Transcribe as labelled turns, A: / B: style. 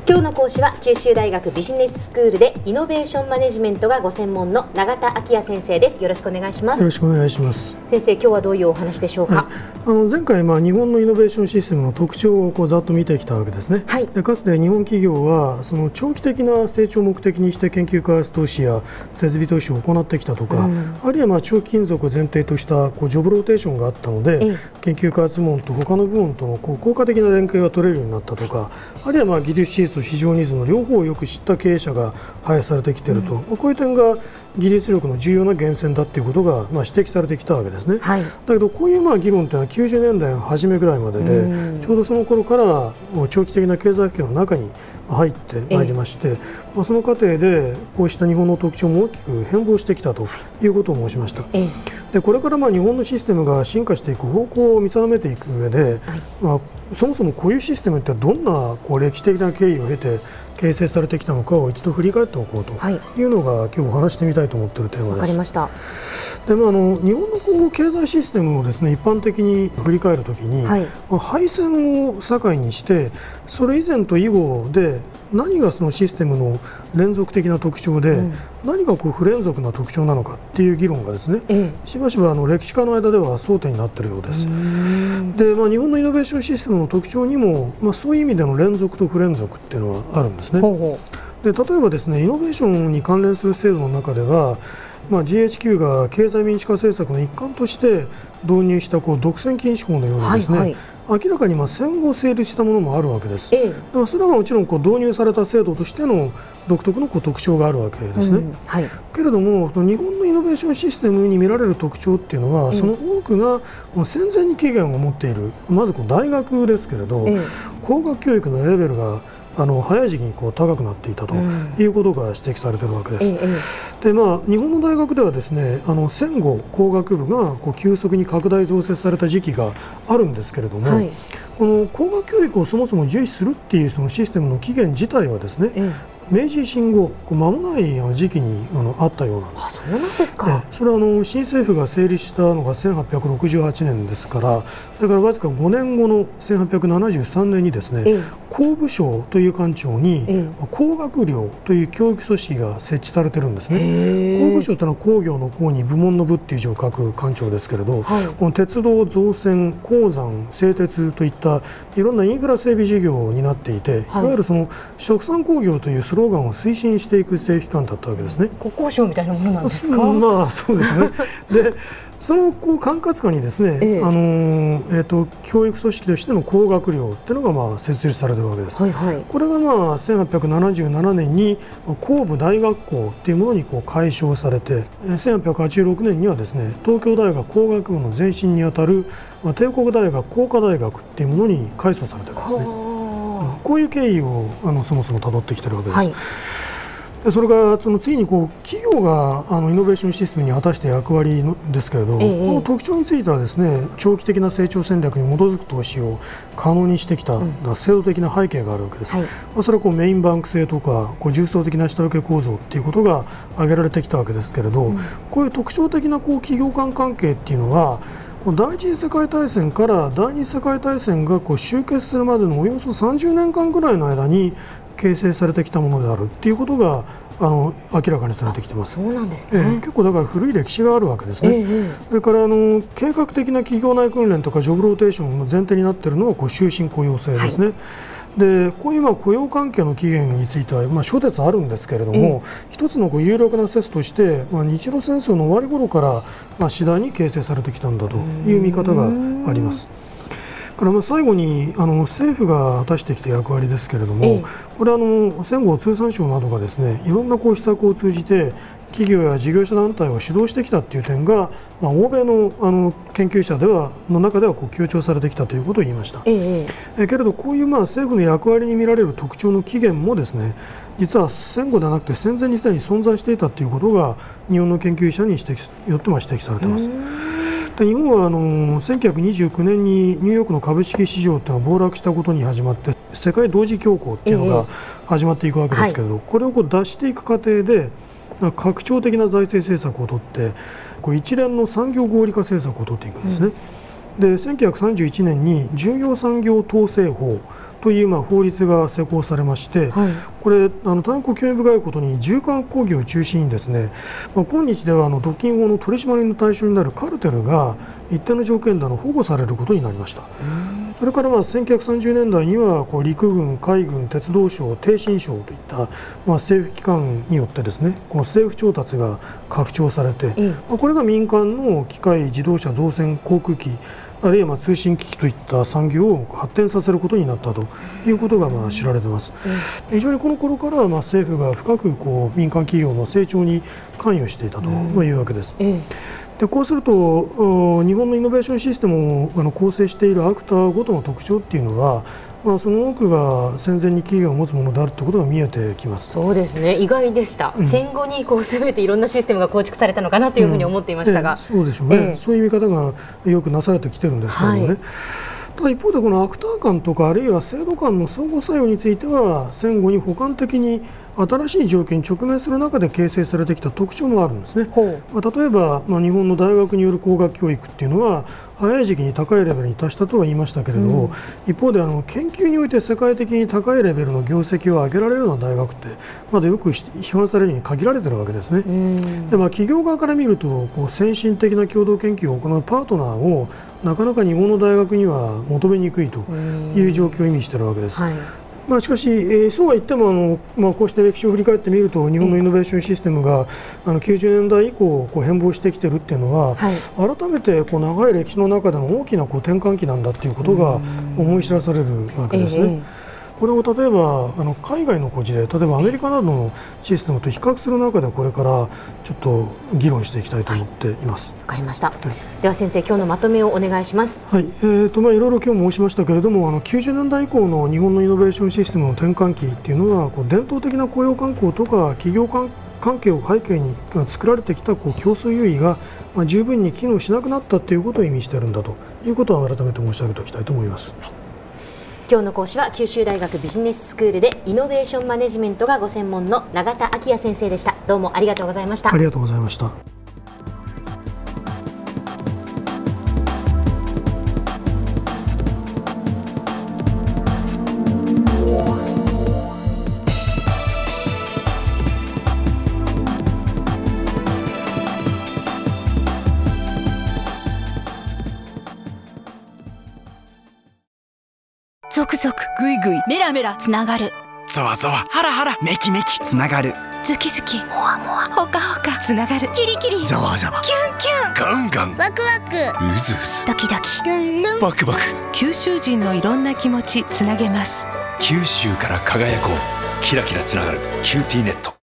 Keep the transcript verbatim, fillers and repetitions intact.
A: 今日の講師は九州大学ビジネススクールでイノベーションマネジメントがご専門の永田昭也先生です。よろしくお願いします。
B: よろしくお願いします。
A: 先生、今日はどういうお話でしょうか。はい、
B: あの前回、まあ、日本のイノベーションシステムの特徴をこうざっと見てきたわけですね。はい、でかつて日本企業はその長期的な成長を目的にして研究開発投資や設備投資を行ってきたとか、うん、あるいはまあ長期金属を前提としたこうジョブローテーションがあったので、研究開発部門と他の部門とのこう効果的な連携が取れるようになったとか、あるいはまあ技術支出と市場ニーズの両方をよく知った経営者が輩出されてきていると、うん、こういう点が技術力の重要な源泉だということがまあ指摘されてきたわけですね。はい、だけどこういうまあ議論というのはきゅうじゅうねんだいの初めぐらいまでで、うん、ちょうどその頃から長期的な経済不況の中に入ってまいりまして、まあ、その過程でこうした日本の特徴も大きく変貌してきたということを申しました。でこれからまあ日本のシステムが進化していく方向を見定めていく上で、はい、まあ、そもそもこういうシステムってどんなこう歴史的な経緯を経て形成されてきたのかを一度振り返っておこうというのが、はい、今日お話してみたいと思っているテーマです。
A: わかりました。
B: で、まあ、あの日本のこう経済システムをですね、一般的に振り返るときに、はい、まあ、敗戦を境にしてそれ以前と以後で何がそのシステムの連続的な特徴で、うん、何がこう不連続な特徴なのかっていう議論がですね、ええ、しばしばあの歴史家の間では争点になっているようです。で、まあ、日本のイノベーションシステムの特徴にも、まあ、そういう意味での連続と不連続っていうのはあるんですね。ほうほう。で例えばですね、イノベーションに関連する制度の中では、まあ、ジーエイチキュー が経済民主化政策の一環として導入したこう独占禁止法のようにですね、はいはい、明らかにまあ戦後成立したものもあるわけです。ええ、それはもちろんこう導入された制度としての独特のこう特徴があるわけですね。うん、はい、けれども日本のイノベーションシステムに見られる特徴っていうのは、ええ、その多くが戦前に起源を持っている。まずこう大学ですけれど、ええ、工学教育のレベルがあの早い時期にこう高くなっていたということが指摘されているわけです。うん、でまあ、日本の大学ではですね、あの戦後工学部がこう急速に拡大増設された時期があるんですけれども、はい、この工学教育をそもそも重視するっていうそのシステムの起源自体はですね、うん、明治維新後間もない時期にあのあったようなんです。
A: あ、そうなんですか。
B: それはあの新政府が成立したのがせんはっぴゃくろくじゅうはちねんですから、それからわずかごねんごのせんはっぴゃくななじゅうさんねんにですね、ええ、工部省という官庁に、ええ、工学寮という教育組織が設置されているんですね。工部省というのは工業の工に部門の部っていう字を書く官庁ですけれど、はい、この鉄道、造船、鉱山、製鉄といったいろんなインフラ整備事業を担っていて、はい、いわゆるその殖産工業というスローガンを推進していく政府機関だったわけですね。
A: 国交省みたいなものなんですか。
B: まあそうですね。でそのこう管轄下にですね、ええあのーえー、と教育組織としての工学寮というのがまあ設立されているわけです。はいはい、これがまあせんはっぴゃくななじゅうななねんに工部大学校というものにこう改称されて、せんはっぴゃくはちじゅうろくねんにはですね、東京大学工学部の前身にあたる、まあ、帝国大学工科大学というものに改装されているんですね。こういう経緯をあのそもそもたどってきているわけです。はい、でそれからその次にこう企業があのイノベーションシステムに果たした役割のですけれど、ええ、この特徴についてはですね、長期的な成長戦略に基づく投資を可能にしてきた、うん、制度的な背景があるわけです。はい、まあ、それはこうメインバンク制とかこう重層的な下請け構造ということが挙げられてきたわけですけれど、うん、こういう特徴的なこう企業間関係っていうのは第一次世界大戦から第二次世界大戦がこう終結するまでのおよそさんじゅうねんかんぐらいの間に形成されてきたものであるということがあの明らかにされてきています。
A: そうなんですね。
B: えー、結構だから古い歴史があるわけですね。えー、それからあの計画的な企業内訓練とかジョブローテーションの前提になっているのはこう終身雇用制ですね。はい、でこういうまあ雇用関係の起源についてはまあ諸説あるんですけれども、一つのこう有力な説として、まあ、日露戦争の終わり頃からまあ次第に形成されてきたんだという見方があります。からまあ最後にあの政府が果たしてきた役割ですけれども、ええ、これはあの戦後通産省などがですね、いろんなこう施策を通じて企業や事業者団体を主導してきたという点が、まあ、欧米の、あの研究者ではの中ではこう強調されてきたということを言いました。ええ、けれどこういうまあ政府の役割に見られる特徴の起源もですね、実は戦後ではなくて戦前にすでに存在していたということが日本の研究者に指摘よってまあ指摘されています。で日本はあのせんきゅうひゃくにじゅうきゅうねんにニューヨークの株式市場というのが暴落したことに始まって世界同時恐慌というのが始まっていくわけですけれど、ええ、はい、これをこう出していく過程で拡張的な財政政策を取ってこう一連の産業合理化政策を取っていくんですね。うん、でせんきゅうひゃくさんじゅういちねんに重要産業統制法というまあ法律が施行されまして、はい、これあの大変興味深いことに重化学工業を中心にですね、まあ、今日ではあの独禁法の取り締まりの対象になるカルテルが一定の条件であの保護されることになりました。それからまあせんきゅうひゃくさんじゅうねんだいにはこう陸軍、海軍、鉄道省、逓信省といったまあ政府機関によってですね、この政府調達が拡張されて、うん、まあこれが民間の機械、自動車、造船、航空機、あるいはまあ通信機器といった産業を発展させることになったということがまあ知られています。うん、非常にこの頃からまあ政府が深くこう民間企業の成長に関与していたというわけです。うんうんでこうすると日本のイノベーションシステムをあの構成しているアクターごとの特徴っていうのは、まあ、その多くが戦前に企業を持つものであるということが見えてきます。
A: そうですね、意外でした。うん、戦後にこう全ていろんなシステムが構築されたのかなというふうに思っていましたが、うんえ
B: ー、そうでしょうね、えー、そういう見方がよくなされてきてるんですけどもね、はい、ただ一方でこのアクター間とかあるいは制度間の相互作用については戦後に補完的に新しい条件に直面する中で形成されてきた特徴もあるんですね。まあ、例えば、まあ、日本の大学による工学教育っていうのは早い時期に高いレベルに達したとは言いましたけれど、うん、一方であの研究において世界的に高いレベルの業績を上げられるような大学ってまだよく批判されるに限られているわけですね。うん、でまあ、企業側から見るとこう先進的な共同研究を行うパートナーをなかなか日本の大学には求めにくいという状況を意味しているわけです。はい、まあ、しかし、えー、そうは言ってもあの、まあ、こうして歴史を振り返ってみると日本のイノベーションシステムがあのきゅうじゅうねんだい以降こう変貌してきているというのは、はい、改めてこう長い歴史の中での大きなこう転換期なんだということが思い知らされるわけですね。えーこれを例えばあの海外の事例、例えばアメリカなどのシステムと比較する中でこれからちょっと議論していきたいと思っています。
A: わ、はい、かりました。はい、では先生、今日のまとめをお願いします。
B: はい、えーとまあ、いろいろ今日申しましたけれども、あのきゅうじゅうねんだい以降の日本のイノベーションシステムの転換期っていうのはこう伝統的な雇用慣行とか企業関係を背景に作られてきたこう競争優位が、まあ、十分に機能しなくなったということを意味しているんだということを改めて申し上げておきたいと思います。はい、
A: 今日の講師は九州大学ビジネススクールでイノベーションマネジメントがご専門の永田昭也先生でした。どうもありがとうございました。
B: ありがとうございました。
C: ゾクゾクグイグイメラメラつながる、
D: ゾワゾワハラハラメキメキつながる、
C: ズキズキモワモワホカホカつながる、キリキリ
D: ザワザワ
C: キュンキュン
D: ガンガン
E: ワクワク
D: ウズウズ
C: ドキドキ
E: ルンルン
D: バクバク、
C: 九州人のいろんな気持ちつなげます。
D: 九州から輝こう、キラキラつながるキューティーネット。